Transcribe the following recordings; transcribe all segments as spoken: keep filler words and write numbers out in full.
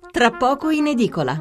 Tra poco in edicola.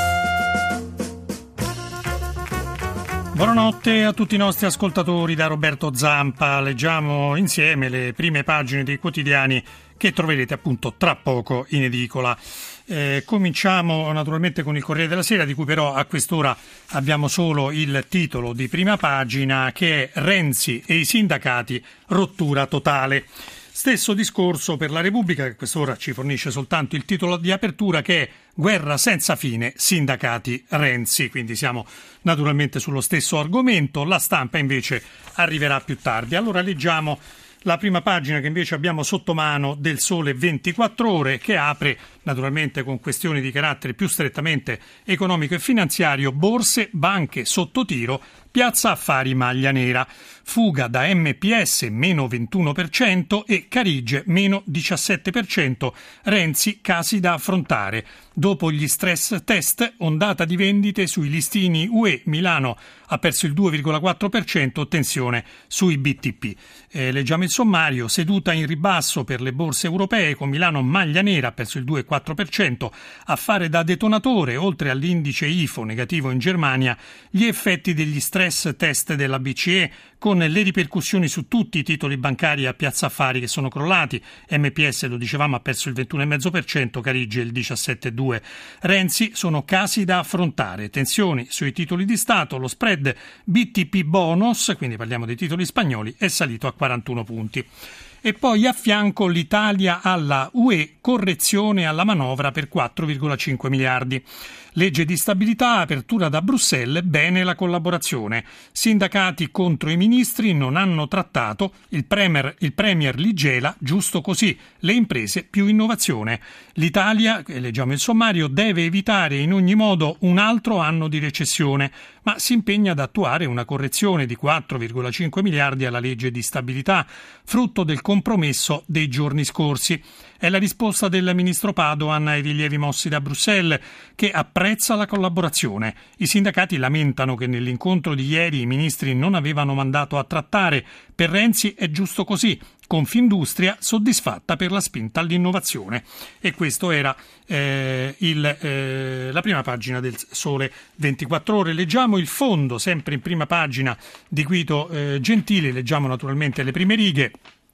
Buonanotte a tutti i nostri ascoltatori da Roberto Zampa. Leggiamo insieme le prime pagine dei quotidiani che troverete appunto tra poco in edicola. Eh, cominciamo naturalmente con il Corriere della Sera, di cui però a quest'ora abbiamo solo il titolo di prima pagina, che è Renzi e i sindacati, rottura totale. Stesso discorso per la Repubblica, che a quest'ora ci fornisce soltanto il titolo di apertura, che è Guerra senza fine, sindacati Renzi. Quindi siamo naturalmente sullo stesso argomento. La Stampa invece arriverà più tardi. Allora leggiamo la prima pagina, che invece abbiamo sotto mano, del Sole ventiquattro Ore, che apre naturalmente con questioni di carattere più strettamente economico e finanziario. Borse, banche sotto tiro, Piazza Affari maglia nera, fuga da M P S meno ventuno per cento e Carige meno diciassette per cento, Renzi casi da affrontare. Dopo gli stress test, ondata di vendite sui listini U E, Milano ha perso il due virgola quattro per cento, tensione sui B T P. Eh, leggiamo il sommario: seduta in ribasso per le borse europee, con Milano maglia nera, ha perso il due virgola quattro per cento. A fare da detonatore, oltre all'indice I F O negativo in Germania, gli effetti degli stress test della B C E, con le ripercussioni su tutti i titoli bancari a Piazza Affari che sono crollati. M P S, lo dicevamo, ha perso il ventuno virgola cinque per cento, Carige il diciassette virgola due per cento. Renzi, sono casi da affrontare, tensioni sui titoli di Stato, lo spread B T P bonus, quindi parliamo dei titoli spagnoli, è salito a quarantuno punti. E poi a fianco l'Italia alla U E, correzione alla manovra per quattro virgola cinque miliardi. Legge di stabilità, apertura da Bruxelles, bene la collaborazione. Sindacati contro i ministri, non hanno trattato, il premier, il premier li gela, giusto così, le imprese più innovazione. L'Italia, leggiamo il sommario, deve evitare in ogni modo un altro anno di recessione, ma si impegna ad attuare una correzione di quattro virgola cinque miliardi alla legge di stabilità, frutto del compromesso dei giorni scorsi. È la risposta del ministro Padoan ai rilievi mossi da Bruxelles, che apprezza la collaborazione. I sindacati lamentano che nell'incontro di ieri i ministri non avevano mandato a trattare. Per Renzi è giusto così. Confindustria soddisfatta per la spinta all'innovazione. E questo era eh, il, eh, la prima pagina del Sole ventiquattro Ore. Leggiamo il fondo, sempre in prima pagina, di Guido eh, Gentili. Leggiamo naturalmente le prime righe.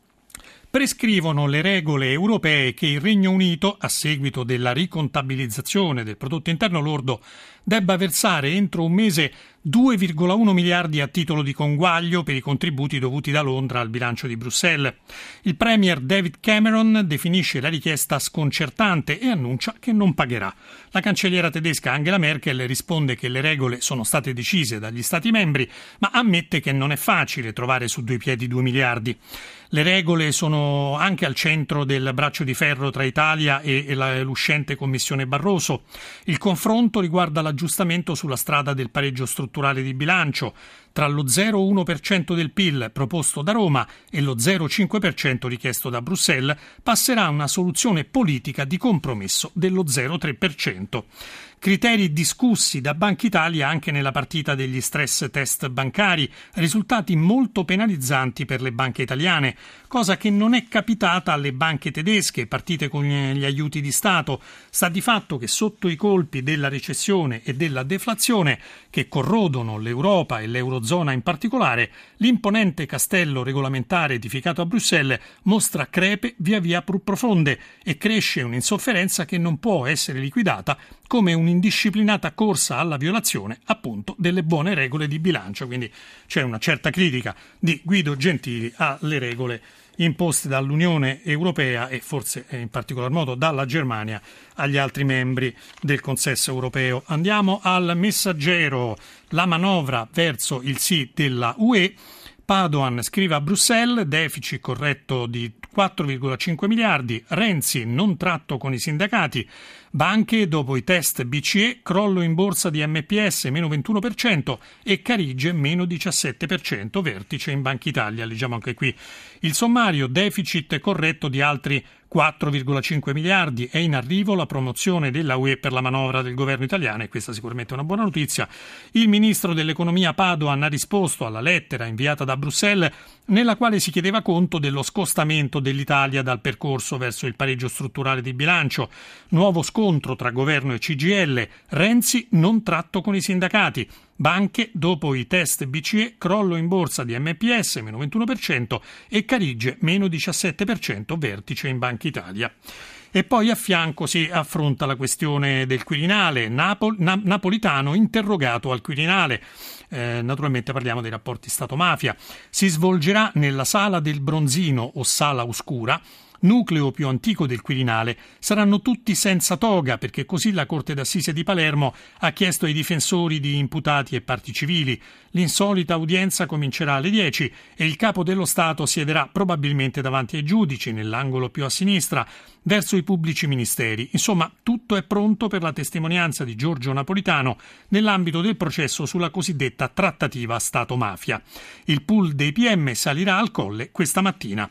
Prescrivono le regole europee che il Regno Unito, a seguito della ricontabilizzazione del prodotto interno lordo, debba versare entro un mese due virgola uno miliardi a titolo di conguaglio per i contributi dovuti da Londra al bilancio di Bruxelles. Il premier David Cameron definisce la richiesta sconcertante e annuncia che non pagherà. La cancelliera tedesca Angela Merkel risponde che le regole sono state decise dagli Stati membri, ma ammette che non è facile trovare su due piedi due miliardi. Le regole sono anche al centro del braccio di ferro tra Italia e la, l'uscente Commissione Barroso. Il confronto riguarda l'aggiustamento sulla strada del pareggio strutturale di bilancio. Tra lo zero virgola uno per cento del P I L proposto da Roma e lo zero virgola cinque per cento richiesto da Bruxelles passerà una soluzione politica di compromesso dello zero virgola tre per cento. Criteri discussi da Banca Italia anche nella partita degli stress test bancari, risultati molto penalizzanti per le banche italiane, cosa che non è capitata alle banche tedesche partite con gli aiuti di Stato. Sta di fatto che sotto i colpi della recessione e della deflazione che corrodono l'Europa e l'Eurozona in particolare, l'imponente castello regolamentare edificato a Bruxelles mostra crepe via via più profonde e cresce un'insofferenza che non può essere liquidata come un'indisciplinata corsa alla violazione appunto delle buone regole di bilancio. Quindi c'è una certa critica di Guido Gentili alle regole imposte dall'Unione Europea e forse in particolar modo dalla Germania agli altri membri del consesso europeo. Andiamo al Messaggero. La manovra verso il sì della U E. Padoan scrive a Bruxelles, deficit corretto di quattro virgola cinque miliardi, Renzi non tratto con i sindacati, banche dopo i test B C E, crollo in borsa di M P S meno ventuno per cento e Carige meno diciassette per cento, vertice in Banca Italia. Leggiamo anche qui il sommario, deficit corretto di altri quattro virgola cinque miliardi. È in arrivo la promozione della U E per la manovra del governo italiano e questa sicuramente è una buona notizia. Il ministro dell'economia Padoan ha risposto alla lettera inviata da Bruxelles nella quale si chiedeva conto dello scostamento dell'Italia dal percorso verso il pareggio strutturale di bilancio. Nuovo scontro tra governo e C G I L. Renzi non tratto con i sindacati. Banche, dopo i test B C E, crollo in borsa di M P S, meno ventuno per cento, e Carige, meno diciassette per cento, vertice in Banca Italia. E poi a fianco si affronta la questione del Quirinale. Napol- Na- Napolitano interrogato al Quirinale. Eh, naturalmente parliamo dei rapporti Stato-mafia. Si svolgerà nella Sala del Bronzino o Sala Oscura, nucleo più antico del Quirinale. Saranno tutti senza toga perché così la Corte d'Assise di Palermo ha chiesto ai difensori di imputati e parti civili. L'insolita udienza comincerà alle dieci e il capo dello Stato siederà probabilmente davanti ai giudici, nell'angolo più a sinistra, verso i pubblici ministeri. Insomma, tutto è pronto per la testimonianza di Giorgio Napolitano nell'ambito del processo sulla cosiddetta trattativa Stato-mafia. Il pool dei P M salirà al Colle questa mattina.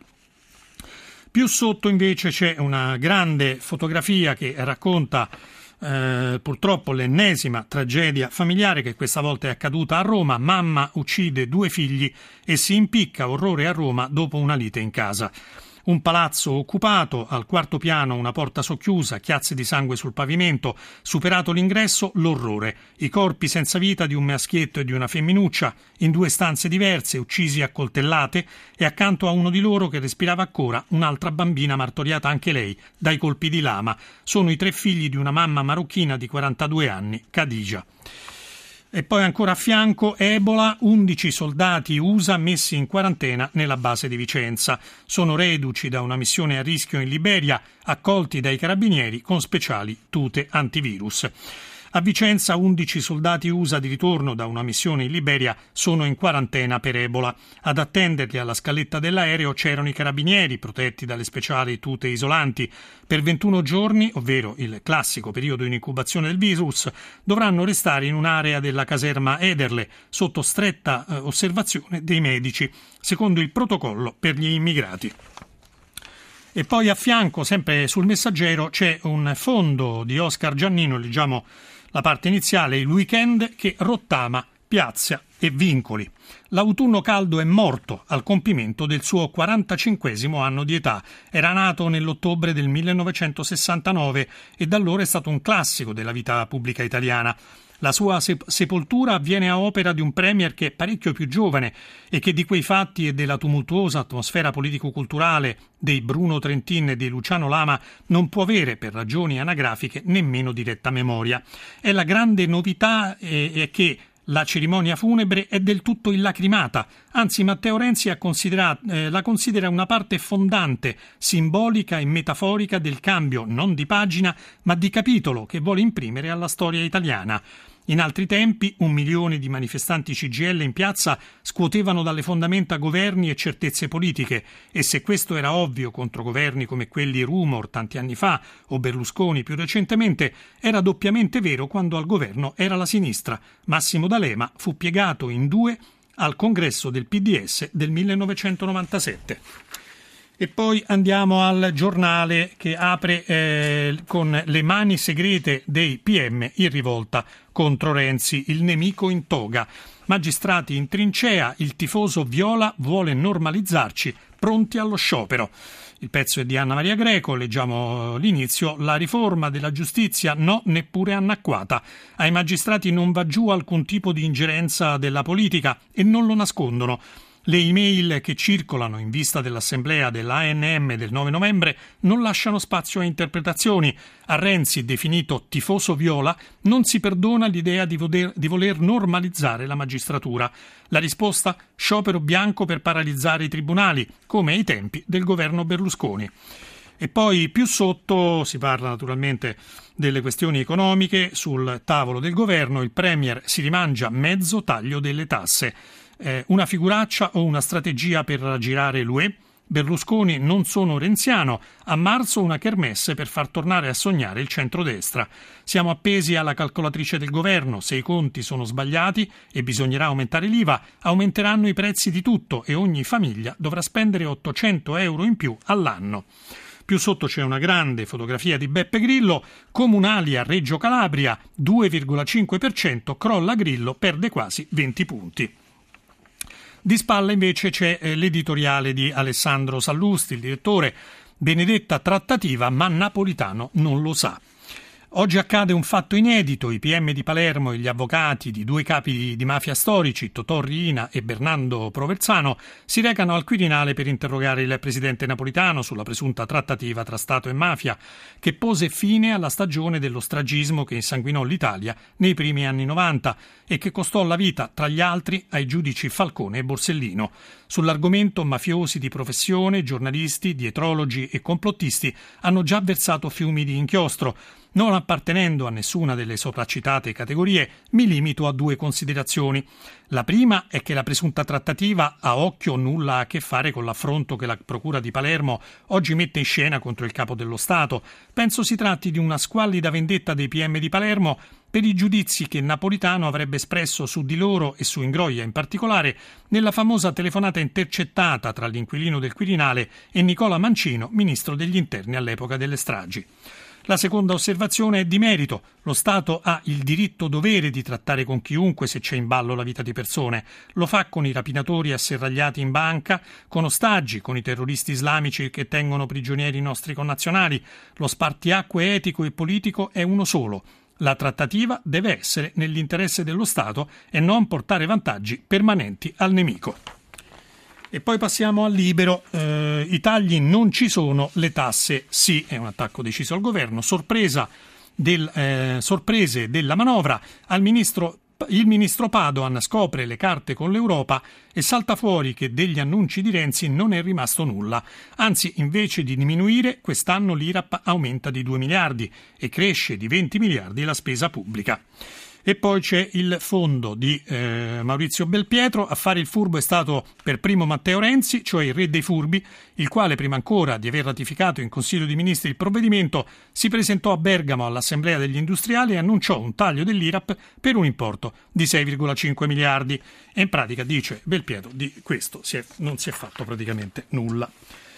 Più sotto invece c'è una grande fotografia che racconta eh, purtroppo l'ennesima tragedia familiare che questa volta è accaduta a Roma. Mamma uccide due figli e si impicca, orrore a Roma, dopo una lite in casa. Un palazzo occupato, al quarto piano una porta socchiusa, chiazze di sangue sul pavimento, superato l'ingresso, l'orrore. I corpi senza vita di un maschietto e di una femminuccia, in due stanze diverse, uccisi a coltellate, e accanto a uno di loro che respirava ancora un'altra bambina martoriata anche lei dai colpi di lama. Sono i tre figli di una mamma marocchina di quarantadue anni, Khadija. E poi ancora a fianco Ebola, undici soldati U S A messi in quarantena nella base di Vicenza. Sono reduci da una missione a rischio in Liberia, accolti dai carabinieri con speciali tute antivirus. A Vicenza undici soldati U S A di ritorno da una missione in Liberia sono in quarantena per Ebola. Ad attenderli alla scaletta dell'aereo c'erano i carabinieri protetti dalle speciali tute isolanti. Per ventuno giorni, ovvero il classico periodo in incubazione del virus, dovranno restare in un'area della caserma Ederle sotto stretta eh, osservazione dei medici, secondo il protocollo per gli immigrati. E poi a fianco, sempre sul Messaggero, c'è un fondo di Oscar Giannino, leggiamo la parte iniziale, il weekend che rottama piazza e vincoli. L'autunno caldo è morto al compimento del suo quarantacinquesimo anno di età. Era nato nell'ottobre del millenovecentosessantanove e da allora è stato un classico della vita pubblica italiana. La sua sepoltura avviene a opera di un premier che è parecchio più giovane e che di quei fatti e della tumultuosa atmosfera politico-culturale dei Bruno Trentin e di Luciano Lama non può avere, per ragioni anagrafiche, nemmeno diretta memoria. È la grande novità è che la cerimonia funebre è del tutto illacrimata, anzi Matteo Renzi ha eh, la considera una parte fondante, simbolica e metaforica del cambio non di pagina ma di capitolo che vuole imprimere alla storia italiana. In altri tempi un milione di manifestanti C G I L in piazza scuotevano dalle fondamenta governi e certezze politiche e se questo era ovvio contro governi come quelli Rumor tanti anni fa o Berlusconi più recentemente, era doppiamente vero quando al governo era la sinistra. Massimo D'Alema fu piegato in due al congresso del P D S del millenovecentonovantasette. E poi andiamo al Giornale che apre eh, con le mani segrete dei P M in rivolta contro Renzi, il nemico in toga. Magistrati in trincea, il tifoso viola vuole normalizzarci, pronti allo sciopero. Il pezzo è di Anna Maria Greco, leggiamo l'inizio. La riforma della giustizia no, neppure annacquata. Ai magistrati non va giù alcun tipo di ingerenza della politica e non lo nascondono. Le email che circolano in vista dell'assemblea dell'A N M del nove novembre non lasciano spazio a interpretazioni. A Renzi, definito tifoso viola, non si perdona l'idea di voler, di voler normalizzare la magistratura. La risposta? Sciopero bianco per paralizzare i tribunali, come ai tempi del governo Berlusconi. E poi più sotto si parla naturalmente delle questioni economiche. Sul tavolo del governo il Premier si rimangia mezzo taglio delle tasse. Eh, una figuraccia o una strategia per raggirare l'U E? Berlusconi non sono renziano, a marzo una kermesse per far tornare a sognare il centrodestra. Siamo appesi alla calcolatrice del governo, se i conti sono sbagliati e bisognerà aumentare l'I V A, aumenteranno i prezzi di tutto e ogni famiglia dovrà spendere ottocento euro in più all'anno. Più sotto c'è una grande fotografia di Beppe Grillo. Comunali a Reggio Calabria, due virgola cinque per cento, crolla Grillo, perde quasi venti punti. Di spalla invece c'è eh, l'editoriale di Alessandro Sallusti, il direttore. Benedetta trattativa, ma Napolitano non lo sa. Oggi accade un fatto inedito. I P M di Palermo e gli avvocati di due capi di mafia storici, Totò Riina e Bernardo Proverzano, si recano al Quirinale per interrogare il presidente Napolitano sulla presunta trattativa tra Stato e mafia, che pose fine alla stagione dello stragismo che insanguinò l'Italia nei primi anni novanta e che costò la vita, tra gli altri, ai giudici Falcone e Borsellino. Sull'argomento mafiosi di professione, giornalisti, dietrologi e complottisti hanno già versato fiumi di inchiostro. Non appartenendo a nessuna delle sopracitate categorie, mi limito a due considerazioni. La prima è che la presunta trattativa a occhio nulla ha a che fare con l'affronto che la Procura di Palermo oggi mette in scena contro il Capo dello Stato. Penso si tratti di una squallida vendetta dei P M di Palermo per i giudizi che Napolitano avrebbe espresso su di loro e su Ingroia in particolare nella famosa telefonata intercettata tra l'inquilino del Quirinale e Nicola Mancino, ministro degli interni all'epoca delle stragi. La seconda osservazione è di merito. Lo Stato ha il diritto-dovere di trattare con chiunque se c'è in ballo la vita di persone. Lo fa con i rapinatori asserragliati in banca, con ostaggi, con i terroristi islamici che tengono prigionieri i nostri connazionali. Lo spartiacque etico e politico è uno solo. La trattativa deve essere nell'interesse dello Stato e non portare vantaggi permanenti al nemico. E poi passiamo al Libero. Eh, I tagli non ci sono, le tasse sì. È un attacco deciso al governo. Sorpresa del, eh, sorprese della manovra. Al ministro, il ministro Padoan scopre le carte con l'Europa e salta fuori che degli annunci di Renzi non è rimasto nulla. Anzi, invece di diminuire, quest'anno l'I R A P aumenta di due miliardi e cresce di venti miliardi la spesa pubblica. E poi c'è il fondo di eh, Maurizio Belpietro. A fare il furbo è stato per primo Matteo Renzi, cioè il re dei furbi, il quale prima ancora di aver ratificato in Consiglio dei Ministri il provvedimento si presentò a Bergamo all'Assemblea degli Industriali e annunciò un taglio dell'I R A P per un importo di sei virgola cinque miliardi. E in pratica, dice Belpietro, di questo si è, non si è fatto praticamente nulla.